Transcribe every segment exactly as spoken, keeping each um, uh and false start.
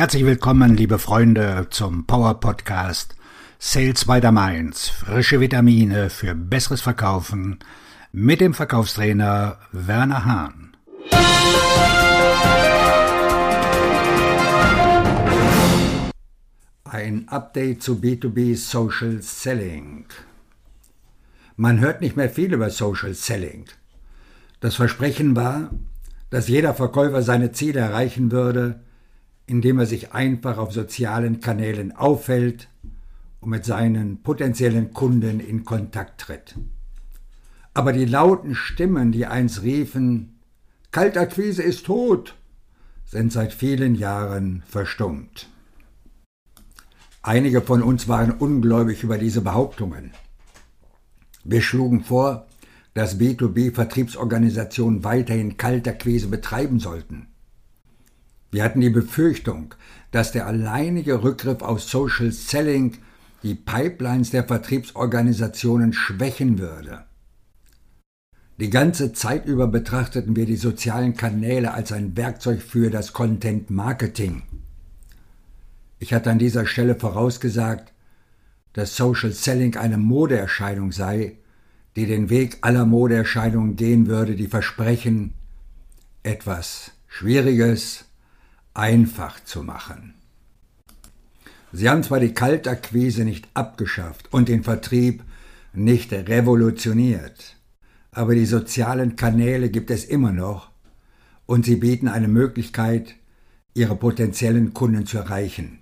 Herzlich willkommen, liebe Freunde, zum Power Podcast Sales by the Mainz. Frische Vitamine für besseres Verkaufen mit dem Verkaufstrainer Werner Hahn. Ein Update zu B zwei B Social Selling. Man hört nicht mehr viel über Social Selling. Das Versprechen war, dass jeder Verkäufer seine Ziele erreichen würde, indem er sich einfach auf sozialen Kanälen aufhält und mit seinen potenziellen Kunden in Kontakt tritt. Aber die lauten Stimmen, die einst riefen, Kaltakquise ist tot, sind seit vielen Jahren verstummt. Einige von uns waren ungläubig über diese Behauptungen. Wir schlugen vor, dass B zwei B Vertriebsorganisationen weiterhin Kaltakquise betreiben sollten. Wir hatten die Befürchtung, dass der alleinige Rückgriff auf Social Selling die Pipelines der Vertriebsorganisationen schwächen würde. Die ganze Zeit über betrachteten wir die sozialen Kanäle als ein Werkzeug für das Content Marketing. Ich hatte an dieser Stelle vorausgesagt, dass Social Selling eine Modeerscheinung sei, die den Weg aller Modeerscheinungen gehen würde, die versprechen, etwas Schwieriges einfach zu machen. Sie haben zwar die Kaltakquise nicht abgeschafft und den Vertrieb nicht revolutioniert, aber die sozialen Kanäle gibt es immer noch und sie bieten eine Möglichkeit, ihre potenziellen Kunden zu erreichen.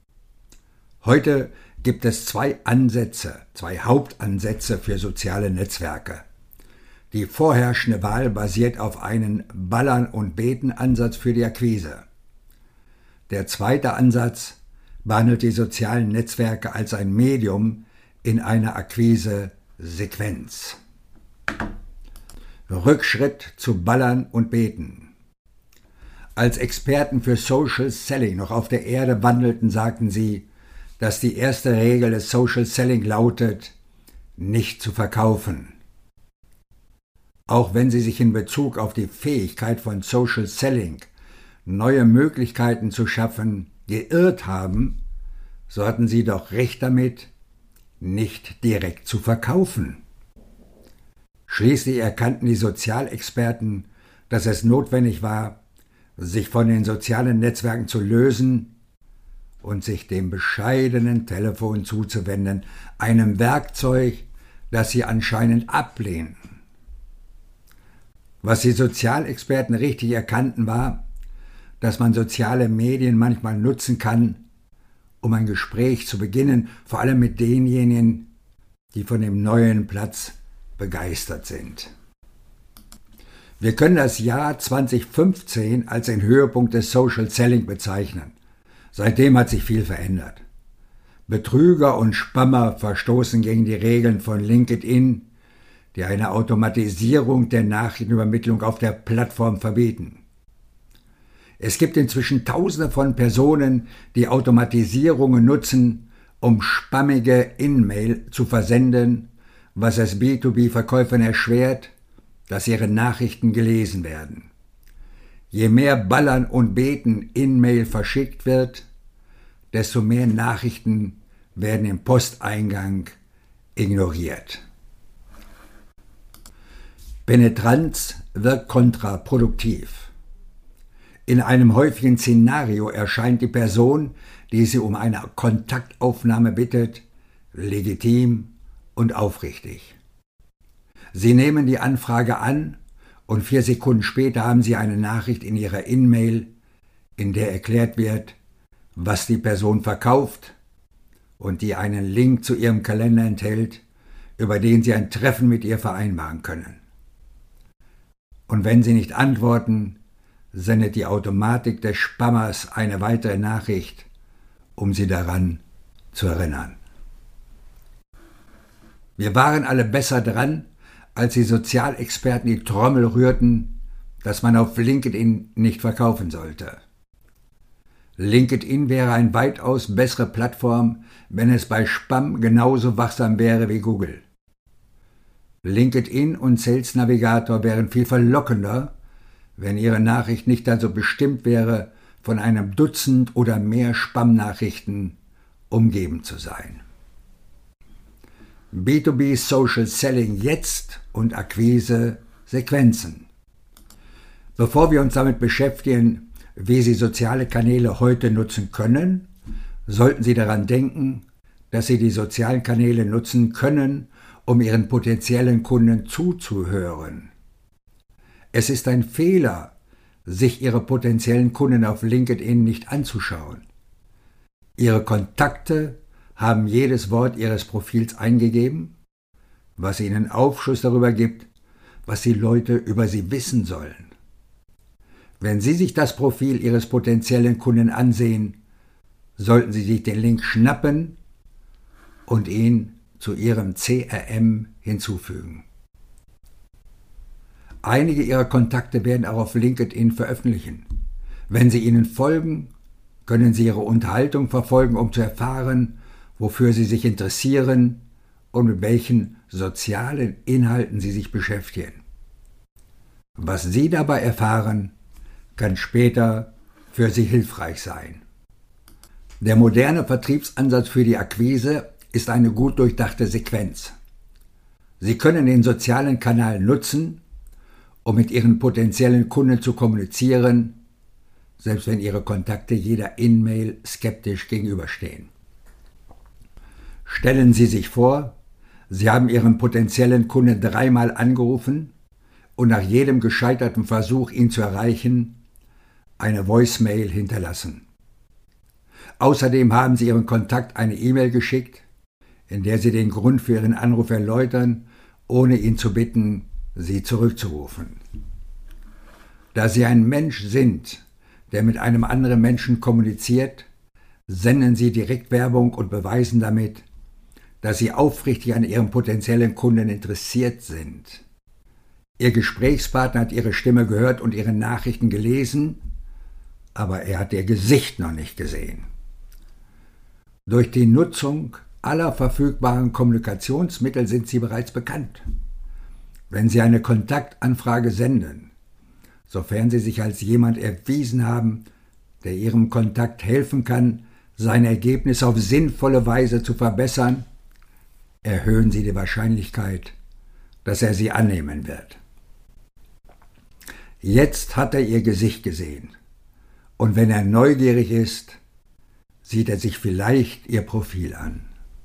Heute gibt es zwei Ansätze, zwei Hauptansätze für soziale Netzwerke. Die vorherrschende Wahl basiert auf einem Ballern- und Beten-Ansatz für die Akquise. Der zweite Ansatz behandelt die sozialen Netzwerke als ein Medium in einer Akquise-Sequenz. Rückschritt zu Ballern und Beten. Als Experten für Social Selling noch auf der Erde wandelten, sagten sie, dass die erste Regel des Social Selling lautet, nicht zu verkaufen. Auch wenn sie sich in Bezug auf die Fähigkeit von Social Selling neue Möglichkeiten zu schaffen, geirrt haben, so hatten sie doch recht damit, nicht direkt zu verkaufen. Schließlich erkannten die Sozialexperten, dass es notwendig war, sich von den sozialen Netzwerken zu lösen und sich dem bescheidenen Telefon zuzuwenden, einem Werkzeug, das sie anscheinend ablehnten. Was die Sozialexperten richtig erkannten, war, dass man soziale Medien manchmal nutzen kann, um ein Gespräch zu beginnen, vor allem mit denjenigen, die von dem neuen Platz begeistert sind. Wir können das Jahr zwanzig fünfzehn als den Höhepunkt des Social Selling bezeichnen. Seitdem hat sich viel verändert. Betrüger und Spammer verstoßen gegen die Regeln von LinkedIn, die eine Automatisierung der Nachrichtenübermittlung auf der Plattform verbieten. Es gibt inzwischen Tausende von Personen, die Automatisierungen nutzen, um spammige In-Mail zu versenden, was es B zwei B-Verkäufern erschwert, dass ihre Nachrichten gelesen werden. Je mehr Ballern und Beten In-Mail verschickt wird, desto mehr Nachrichten werden im Posteingang ignoriert. Penetranz wirkt kontraproduktiv. In einem häufigen Szenario erscheint die Person, die sie um eine Kontaktaufnahme bittet, legitim und aufrichtig. Sie nehmen die Anfrage an und vier Sekunden später haben Sie eine Nachricht in Ihrer In-Mail, in der erklärt wird, was die Person verkauft und die einen Link zu Ihrem Kalender enthält, über den Sie ein Treffen mit ihr vereinbaren können. Und wenn Sie nicht antworten, sendet die Automatik des Spammers eine weitere Nachricht, um Sie daran zu erinnern. Wir waren alle besser dran, als die Sozialexperten die Trommel rührten, dass man auf LinkedIn nicht verkaufen sollte. LinkedIn wäre eine weitaus bessere Plattform, wenn es bei Spam genauso wachsam wäre wie Google. LinkedIn und Sales Navigator wären viel verlockender, wenn Ihre Nachricht nicht dazu bestimmt wäre, von einem Dutzend oder mehr Spam-Nachrichten umgeben zu sein. B zwei B Social Selling jetzt und Akquise Sequenzen. Bevor wir uns damit beschäftigen, wie Sie soziale Kanäle heute nutzen können, sollten Sie daran denken, dass Sie die sozialen Kanäle nutzen können, um Ihren potenziellen Kunden zuzuhören. Es ist ein Fehler, sich Ihre potenziellen Kunden auf LinkedIn nicht anzuschauen. Ihre Kontakte haben jedes Wort Ihres Profils eingegeben, was Ihnen Aufschluss darüber gibt, was die Leute über Sie wissen sollen. Wenn Sie sich das Profil Ihres potenziellen Kunden ansehen, sollten Sie sich den Link schnappen und ihn zu Ihrem C R M hinzufügen. Einige Ihrer Kontakte werden auch auf LinkedIn veröffentlichen. Wenn Sie ihnen folgen, können Sie Ihre Unterhaltung verfolgen, um zu erfahren, wofür Sie sich interessieren und mit welchen sozialen Inhalten Sie sich beschäftigen. Was Sie dabei erfahren, kann später für Sie hilfreich sein. Der moderne Vertriebsansatz für die Akquise ist eine gut durchdachte Sequenz. Sie können den sozialen Kanal nutzen, um mit Ihren potenziellen Kunden zu kommunizieren, selbst wenn Ihre Kontakte jeder In-Mail skeptisch gegenüberstehen. Stellen Sie sich vor, Sie haben Ihren potenziellen Kunden dreimal angerufen und nach jedem gescheiterten Versuch, ihn zu erreichen, eine Voicemail hinterlassen. Außerdem haben Sie Ihrem Kontakt eine E-Mail geschickt, in der Sie den Grund für Ihren Anruf erläutern, ohne ihn zu bitten, Sie zurückzurufen. Da Sie ein Mensch sind, der mit einem anderen Menschen kommuniziert, senden Sie Direktwerbung und beweisen damit, dass Sie aufrichtig an Ihrem potenziellen Kunden interessiert sind. Ihr Gesprächspartner hat Ihre Stimme gehört und Ihre Nachrichten gelesen, aber er hat Ihr Gesicht noch nicht gesehen. Durch die Nutzung aller verfügbaren Kommunikationsmittel sind Sie bereits bekannt. Wenn Sie eine Kontaktanfrage senden, sofern Sie sich als jemand erwiesen haben, der Ihrem Kontakt helfen kann, seine Ergebnisse auf sinnvolle Weise zu verbessern, erhöhen Sie die Wahrscheinlichkeit, dass er sie annehmen wird. Jetzt hat er Ihr Gesicht gesehen, und wenn er neugierig ist, sieht er sich vielleicht Ihr Profil an.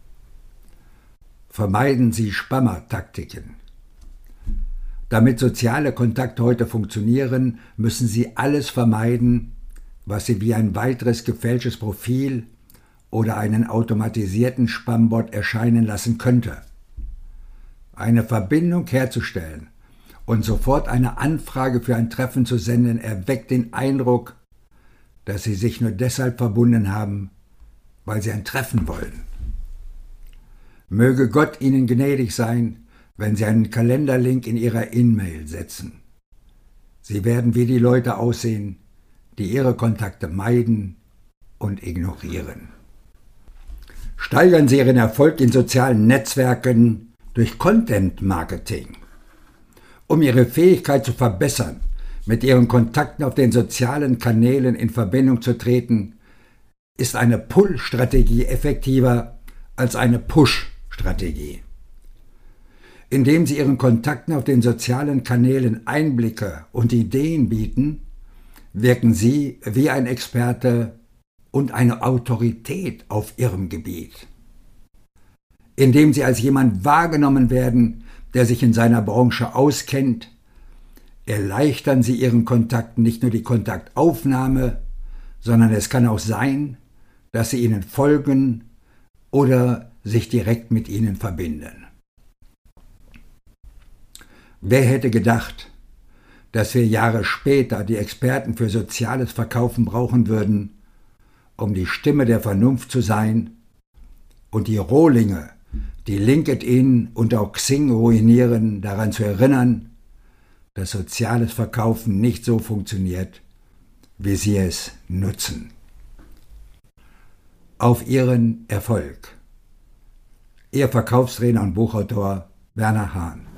Vermeiden Sie Spammer-Taktiken. Damit soziale Kontakte heute funktionieren, müssen Sie alles vermeiden, was Sie wie ein weiteres gefälschtes Profil oder einen automatisierten Spambot erscheinen lassen könnte. Eine Verbindung herzustellen und sofort eine Anfrage für ein Treffen zu senden, erweckt den Eindruck, dass Sie sich nur deshalb verbunden haben, weil Sie ein Treffen wollen. Möge Gott Ihnen gnädig sein, wenn Sie einen Kalenderlink in Ihrer E-Mail setzen. Sie werden wie die Leute aussehen, die Ihre Kontakte meiden und ignorieren. Steigern Sie Ihren Erfolg in sozialen Netzwerken durch Content Marketing. Um Ihre Fähigkeit zu verbessern, mit Ihren Kontakten auf den sozialen Kanälen in Verbindung zu treten, ist eine Pull-Strategie effektiver als eine Push-Strategie. Indem Sie Ihren Kontakten auf den sozialen Kanälen Einblicke und Ideen bieten, wirken Sie wie ein Experte und eine Autorität auf Ihrem Gebiet. Indem Sie als jemand wahrgenommen werden, der sich in seiner Branche auskennt, erleichtern Sie Ihren Kontakten nicht nur die Kontaktaufnahme, sondern es kann auch sein, dass sie Ihnen folgen oder sich direkt mit Ihnen verbinden. Wer hätte gedacht, dass wir Jahre später die Experten für soziales Verkaufen brauchen würden, um die Stimme der Vernunft zu sein und die Rohlinge, die LinkedIn und auch Xing ruinieren, daran zu erinnern, dass soziales Verkaufen nicht so funktioniert, wie sie es nutzen. Auf Ihren Erfolg. Ihr Verkaufstrainer und Buchautor Werner Hahn.